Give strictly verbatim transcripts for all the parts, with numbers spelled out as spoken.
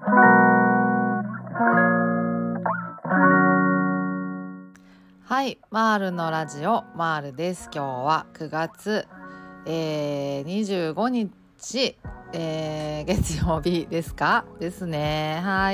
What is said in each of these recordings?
はい、マールのラジオマールです。今日はくがつ、えー、にじゅうごにち、えー、月曜日ですかですね。はい、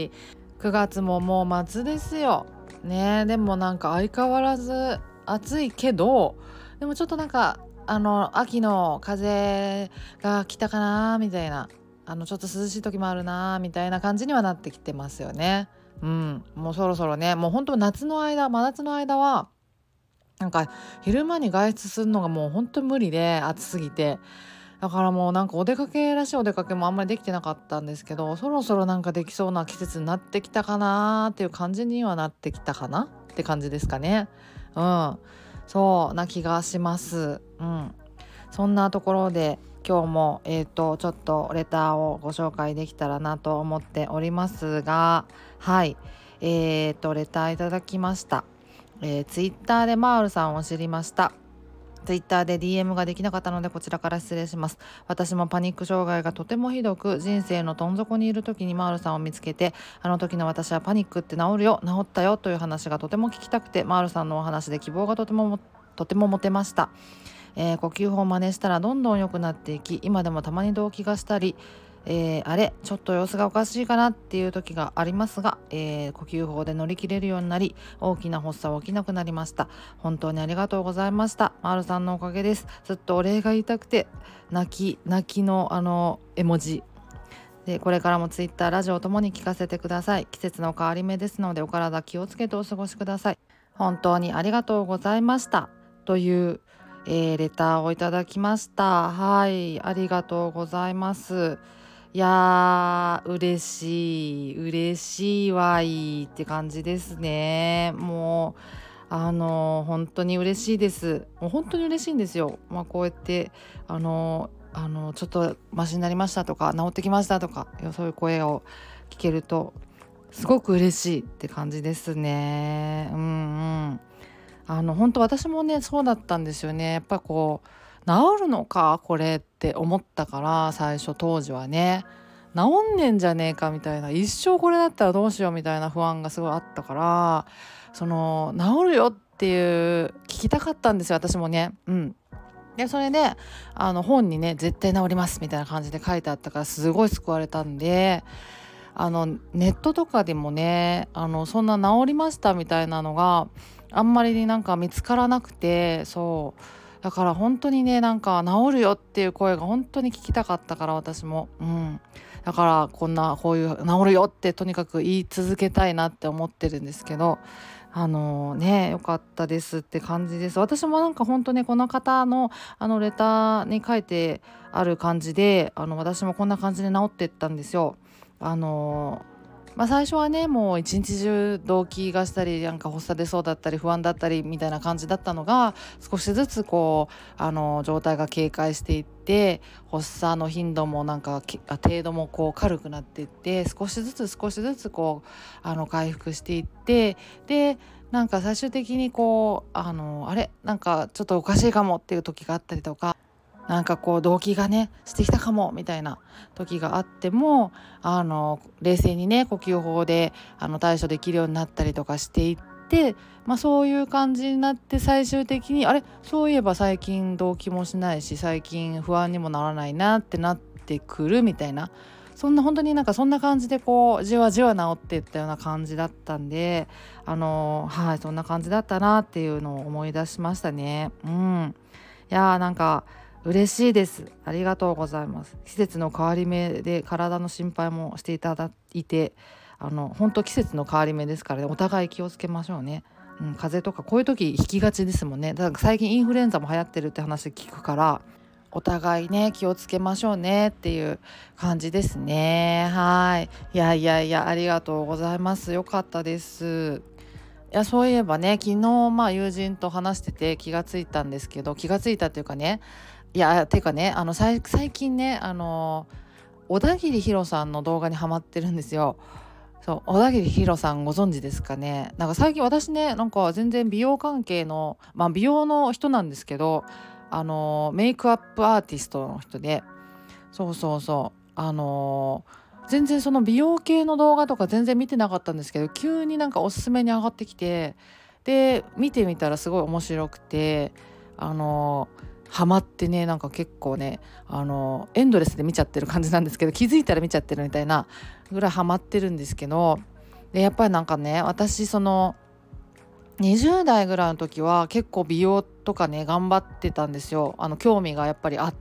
くがつももう末ですよね。でもなんか相変わらず暑いけど、でもちょっとなんかあの秋の風が来たかなみたいな、あのちょっと涼しい時もあるなみたいな感じにはなってきてますよね。うん、もうそろそろね、もう本当夏の間真夏の間はなんか昼間に外出するのがもう本当に無理で、暑すぎて。だからもうなんかお出かけらしいお出かけもあんまりできてなかったんですけど、そろそろなんかできそうな季節になってきたかなっていう感じにはなってきたかなって感じですかね。うん、そうな気がします。うん、そんなところで今日もえーとちょっとレターをご紹介できたらなと思っておりますが、はい、えーとレターいただきました。えー、ツイッターでマールさんを知りました。ツイッターで ディーエム ができなかったのでこちらから失礼します。私もパニック障害がとてもひどく、人生のどん底にいる時にマールさんを見つけて、あの時の私はパニックって治るよ、治ったよという話がとても聞きたくて、マールさんのお話で希望がとてもとても持てました。えー、呼吸法を真似したらどんどん良くなっていき、今でもたまに動悸がしたり、えー、あれちょっと様子がおかしいかなっていう時がありますが、えー、呼吸法で乗り切れるようになり、大きな発作は起きなくなりました。本当にありがとうございました。マールさんのおかげです。ずっとお礼が言いたくて、泣き泣きのあの絵文字で、これからもツイッターラジオともに聞かせてください。季節の変わり目ですのでお体気をつけてお過ごしください。本当にありがとうございましたという、えー、レターをいただきました。はい、ありがとうございます。いやー、嬉しい嬉しいわいって感じですね。もうあのー本当に嬉しいです。もう本当に嬉しいんですよ。まあ、こうやってあのーあのーちょっとマシになりましたとか治ってきましたとか、そういう声を聞けるとすごく嬉しいって感じですね。うんうん。あの本当私もねそうだったんですよね。やっぱこう治るのかこれって思ったから、最初当時はね治んねんじゃねえかみたいな、一生これだったらどうしようみたいな不安がすごいあったから、その治るよっていう聞きたかったんですよ私もね。うんでそれであの本にね絶対治りますみたいな感じで書いてあったからすごい救われたんで、あのネットとかでもねあのそんな治りましたみたいなのがあんまりなんか見つからなくて、そうだから本当にねなんか治るよっていう声が本当に聞きたかったから、私もうんだからこんなこういう治るよってとにかく言い続けたいなって思ってるんですけど、あのねよかったですって感じです。私もなんか本当ねこの方のあのレターに書いてある感じで、あの私もこんな感じで治ってったんですよ。あのまあ、最初はねもう一日中動悸がしたりなんか発作出そうだったり不安だったりみたいな感じだったのが、少しずつこうあの状態が軽快していって、発作の頻度もなんか程度もこう軽くなっていって、少しずつ少しずつこうあの回復していって、でなんか最終的にこうあのあれなんかちょっとおかしいかもっていう時があったりとか、なんかこう動悸がねしてきたかもみたいな時があっても、あの冷静にね呼吸法であの対処できるようになったりとかしていって、まあ、そういう感じになって、最終的にあれそういえば最近動悸もしないし最近不安にもならないなってなってくるみたいな、そんな本当になんかそんな感じでこうじわじわ治っていったような感じだったんで、あのはいそんな感じだったなっていうのを思い出しましたね。うんいやーなんか嬉しいです。ありがとうございます。季節の変わり目で体の心配もしていただいて、あの本当季節の変わり目ですからね、お互い気をつけましょうね。うん、風邪とかこういう時引きがちですもんね。だから最近インフルエンザも流行ってるって話聞くから、お互いね気をつけましょうねっていう感じですね。はい。いやいやいやありがとうございます。よかったです。いやそういえばね昨日まあ友人と話してて気がついたんですけど、気がついたっていうかね、いやてかねあの最近ねあの小田切ヒロさんの動画にハマってるんですよ。そう小田切ヒロさんご存知ですかね。なんか最近私ねなんか全然美容関係のまあ美容の人なんですけど、あのメイクアップアーティストの人で、そうそうそうあの全然その美容系の動画とか全然見てなかったんですけど、急になんかおすすめに上がってきて、で見てみたらすごい面白くて、あのハマってね、なんか結構ね、あのエンドレスで見ちゃってる感じなんですけど、気づいたら見ちゃってるみたいなぐらいハマってるんですけど、でやっぱりなんかね、私そのにじゅう代ぐらいの時は結構美容とかね頑張ってたんですよ。あの興味がやっぱりあって、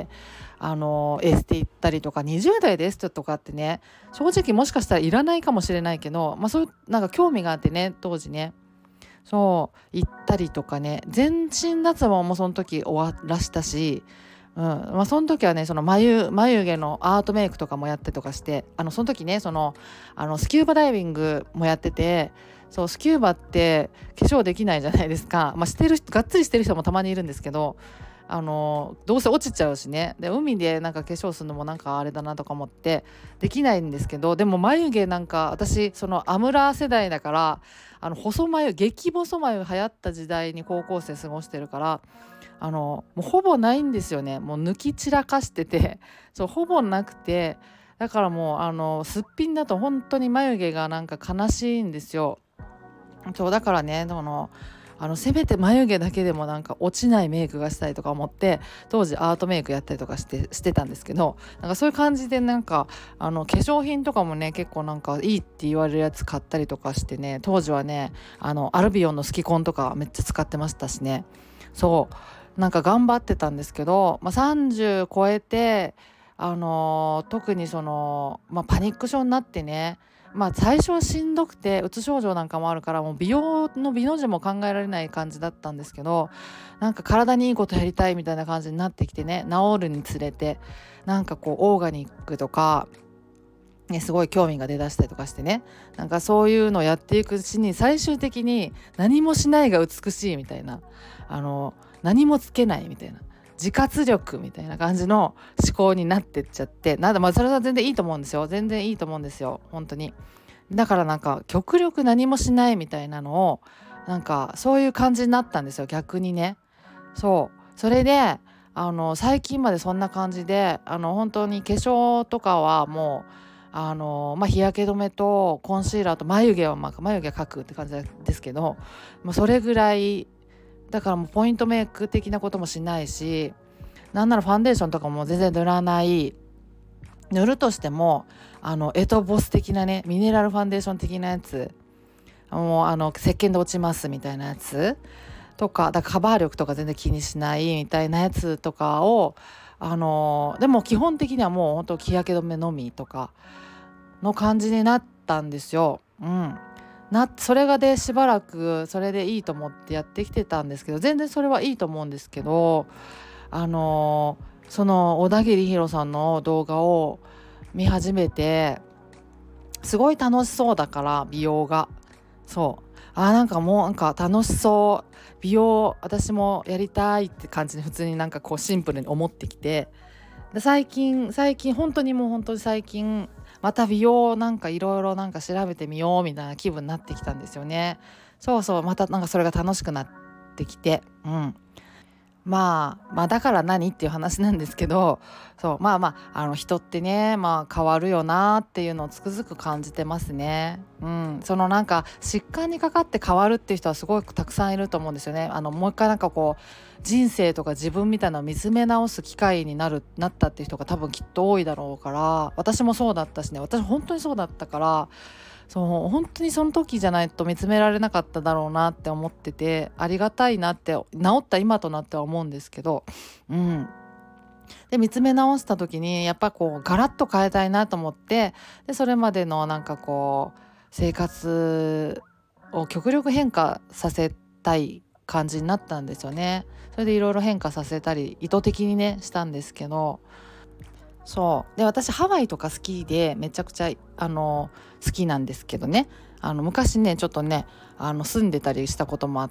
あのエステ行ったりとか、にじゅう代でエステとかってね、正直もしかしたらいらないかもしれないけど、まあそういうなんか興味があってね、当時ね、そう行ったりとかね、全身脱毛もその時終わらしたし、うんまあ、その時はね、その眉眉毛のアートメイクとかもやってとかして、あのその時ね、そのあのスキューバダイビングもやってて、そうスキューバって化粧できないじゃないですか。まあ、してる人がっつりしてる人もたまにいるんですけど、あのどうせ落ちちゃうしね、で海でなんか化粧するのもなんかあれだなとか思ってできないんですけど、でも眉毛なんか私そのアムラー世代だから、あの細眉激細眉流行った時代に高校生過ごしてるから、あのもうほぼないんですよね。もう抜き散らかしてて、そうほぼなくて、だからもうあのすっぴんだと本当に眉毛がなんか悲しいんですよ。そうだからね、そのあのせめて眉毛だけでもなんか落ちないメイクがしたいとか思って、当時アートメイクやったりとかしてしてたんですけど、なんかそういう感じでなんかあの化粧品とかもね結構なんかいいって言われるやつ買ったりとかしてね、当時はねあのアルビオンのスキコンとかめっちゃ使ってましたしね。そうなんか頑張ってたんですけど、まあ、さんじゅう超えてあのー特にその、まあ、パニック症になってね、まあ最初はしんどくてうつ症状なんかもあるから、もう美容の美の字も考えられない感じだったんですけど、なんか体にいいことやりたいみたいな感じになってきてね、治るにつれてなんかこうオーガニックとか、ね、すごい興味が出だしたりとかしてね、なんかそういうのをやっていくうちに最終的に何もしないが美しいみたいな、あの何もつけないみたいな、自活力みたいな感じの思考になってっちゃって、なんだまあそれは全然いいと思うんですよ。全然いいと思うんですよ本当に。だからなんか極力何もしないみたいなのを、なんかそういう感じになったんですよ逆にね。そうそれであの最近までそんな感じで、あの本当に化粧とかはもうあの、まあ、日焼け止めとコンシーラーと眉毛は、まあ、眉毛描くって感じですけど、まあ、それぐらいだからもうポイントメイク的なこともしないし、なんならファンデーションとかも全然塗らない。塗るとしてもあのエトボス的なね、ミネラルファンデーション的なやつ、もうあの石鹸で落ちますみたいなやつとか、だからカバー力とか全然気にしないみたいなやつとかを、あのでも基本的にはもう本当日焼け止めのみとかの感じになったんですよ。うんなそれがでしばらくそれでいいと思ってやってきてたんですけど、全然それはいいと思うんですけど、あのその小田切ヒロさんの動画を見始めて、すごい楽しそうだから美容が、そうあなんかもうなんか楽しそう、美容私もやりたいって感じで普通になんかこうシンプルに思ってきて、で最近最近本当にもう本当に最近また美容なんかいろいろなんか調べてみようみたいな気分になってきたんですよね。そうそうまたなんかそれが楽しくなってきて、うんまあ、まあだから何っていう話なんですけど、そうまあまああの人ってね、まあ変わるよなっていうのをつくづく感じてますね。うん、そのなんか疾患にかかって変わるっていう人はすごくたくさんいると思うんですよね。あのもう一回なんかこう人生とか自分みたいなのを見つめ直す機会になるなったっていう人が多分きっと多いだろうから、私もそうだったしね、私本当にそうだったから、そう本当にその時じゃないと見つめられなかっただろうなって思ってて、ありがたいなって治った今となっては思うんですけど、うんで見つめ直した時にやっぱこうガラッと変えたいなと思って、でそれまでのなんかこう生活を極力変化させたい感じになったんですよね。それでいろいろ変化させたり意図的にねしたんですけど、そうで私ハワイとか好きでめちゃくちゃあの好きなんですけどね、あの昔ねちょっとねあの住んでたりしたこともあって、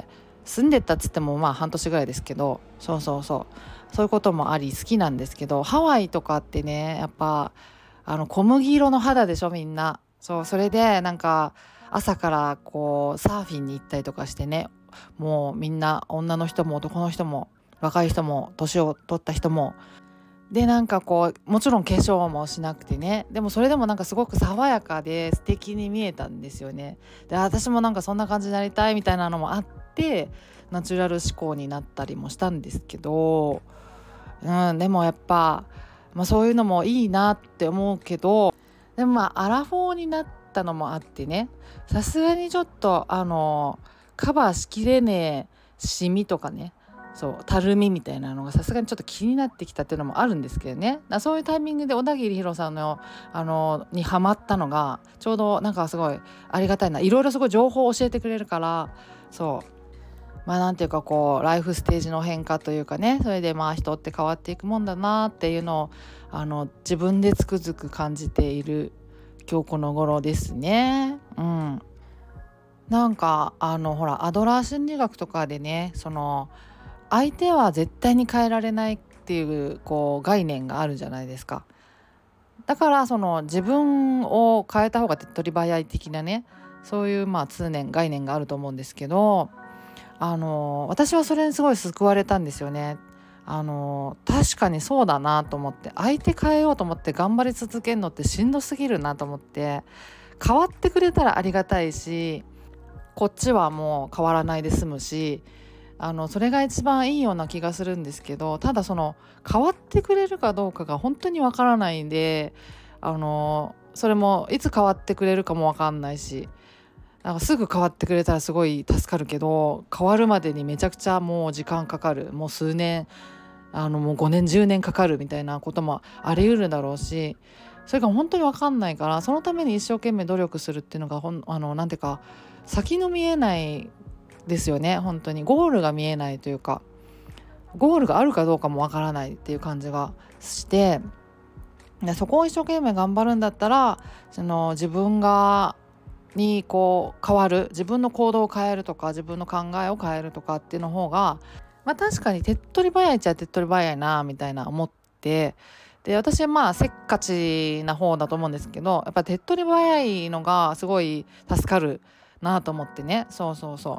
住んでたっつってもまあ半年ぐらいですけど、そうそうそうそういうこともあり好きなんですけど、ハワイとかってねやっぱあの小麦色の肌でしょみんな。そうそれでなんか朝からこうサーフィンに行ったりとかしてね、もうみんな女の人も男の人も若い人も年を取った人もでなんかこうもちろん化粧もしなくてね、でもそれでもなんかすごく爽やかで素敵に見えたんですよね。で私もなんかそんな感じになりたいみたいなのもあって、ナチュラル思考になったりもしたんですけど、うん、でもやっぱ、まあ、そういうのもいいなって思うけど、でもまあアラフォーになったのもあってね、さすがにちょっとあのカバーしきれねえシミとかね、そうたるみみたいなのがさすがにちょっと気になってきたっていうのもあるんですけどね。だそういうタイミングで小田切ヒロさんのあのにハマったのがちょうどなんかすごいありがたいな、いろいろすごい情報を教えてくれるから、そうまあなんていうかこうライフステージの変化というかね、それでまあ人って変わっていくもんだなっていうのをあの自分でつくづく感じている今日この頃ですね。うん、なんかあのほらアドラー心理学とかでね、その相手は絶対に変えられないっていうこう概念があるじゃないですか。だからその自分を変えた方が手っ取り早い的なね、そういうまあ通念概念があると思うんですけど、あの私はそれにすごい救われたんですよね。あの確かにそうだなと思って、相手変えようと思って頑張り続けるのってしんどすぎるなと思って、変わってくれたらありがたいし、こっちはもう変わらないで済むし、あのそれが一番いいような気がするんですけど、ただその変わってくれるかどうかが本当にわからないんで、あのそれもいつ変わってくれるかもわかんないし、なんかすぐ変わってくれたらすごい助かるけど、変わるまでにめちゃくちゃもう時間かかる、もう数年、あのもうごねんじゅうねんかかるみたいなこともあり得るだろうし、それが本当に分かんないから、そのために一生懸命努力するっていうのがほんあのなんていうか先の見えないですよね。本当にゴールが見えないというか、ゴールがあるかどうかも分からないっていう感じがして、でそこを一生懸命頑張るんだったら、その自分がにこう変わる、自分の行動を変えるとか自分の考えを変えるとかっていうの方が、まあ確かに手っ取り早いっちゃ手っ取り早いなみたいな思って、で私はまあせっかちな方だと思うんですけど、やっぱ手っ取り早いのがすごい助かるなと思ってね。そうそうそう、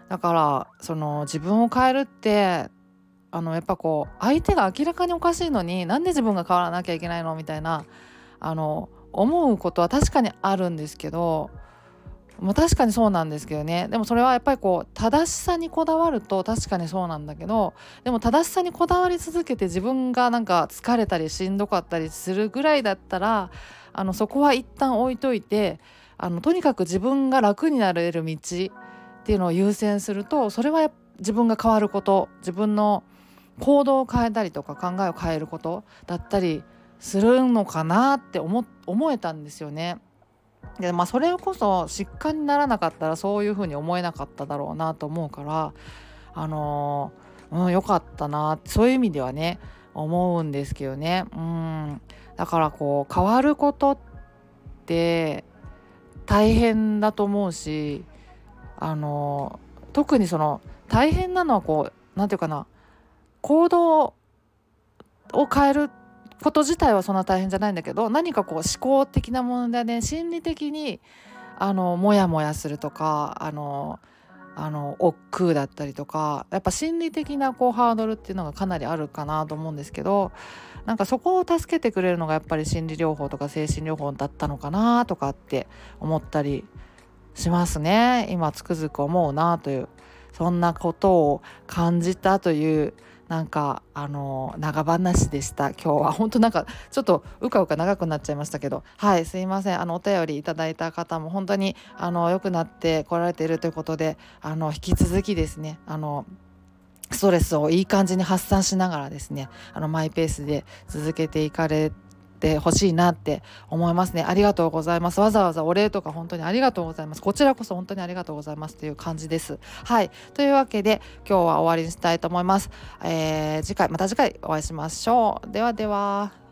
だからその自分を変えるってあのやっぱこう相手が明らかにおかしいのになんで自分が変わらなきゃいけないのみたいなあの思うことは確かにあるんですけど、まあ、確かにそうなんですけどね。でもそれはやっぱりこう正しさにこだわると確かにそうなんだけど、でも正しさにこだわり続けて自分がなんか疲れたりしんどかったりするぐらいだったら、あのそこは一旦置いといて、あのとにかく自分が楽になれる道っていうのを優先すると、それはやっぱ自分が変わること、自分の行動を変えたりとか考えを変えることだったりするのかなって思、思えたんですよね。でまあそれこそ疾患にならなかったらそういうふうに思えなかっただろうなと思うから、あのー、うんよかったな、そういう意味ではね思うんですけどね。うんだからこう変わることって大変だと思うし、あのー、特にその大変なのはこうなんていうかな、行動を変えること自体はそんな大変じゃないんだけど、何かこう思考的な問題で心理的にあのモヤモヤするとか、あのあの億劫だったりとか、やっぱ心理的なこうハードルっていうのがかなりあるかなと思うんですけど、なんかそこを助けてくれるのがやっぱり心理療法とか精神療法だったのかなとかって思ったりしますね。今つくづく思うなという、そんなことを感じたというなんかあの長話でした。今日は本当なんかちょっとうかうか長くなっちゃいましたけど、はいすいません。あのお便りいただいた方も本当にあの良くなってこられているということで、あの引き続きですね、あのストレスをいい感じに発散しながらですね、あのマイペースで続けていかれてほしいなって思いますね。ありがとうございます。わざわざお礼とか本当にありがとうございます。こちらこそ本当にありがとうございますという感じです。はい、というわけで今日は終わりにしたいと思います。えー、次回また次回お会いしましょう。ではでは。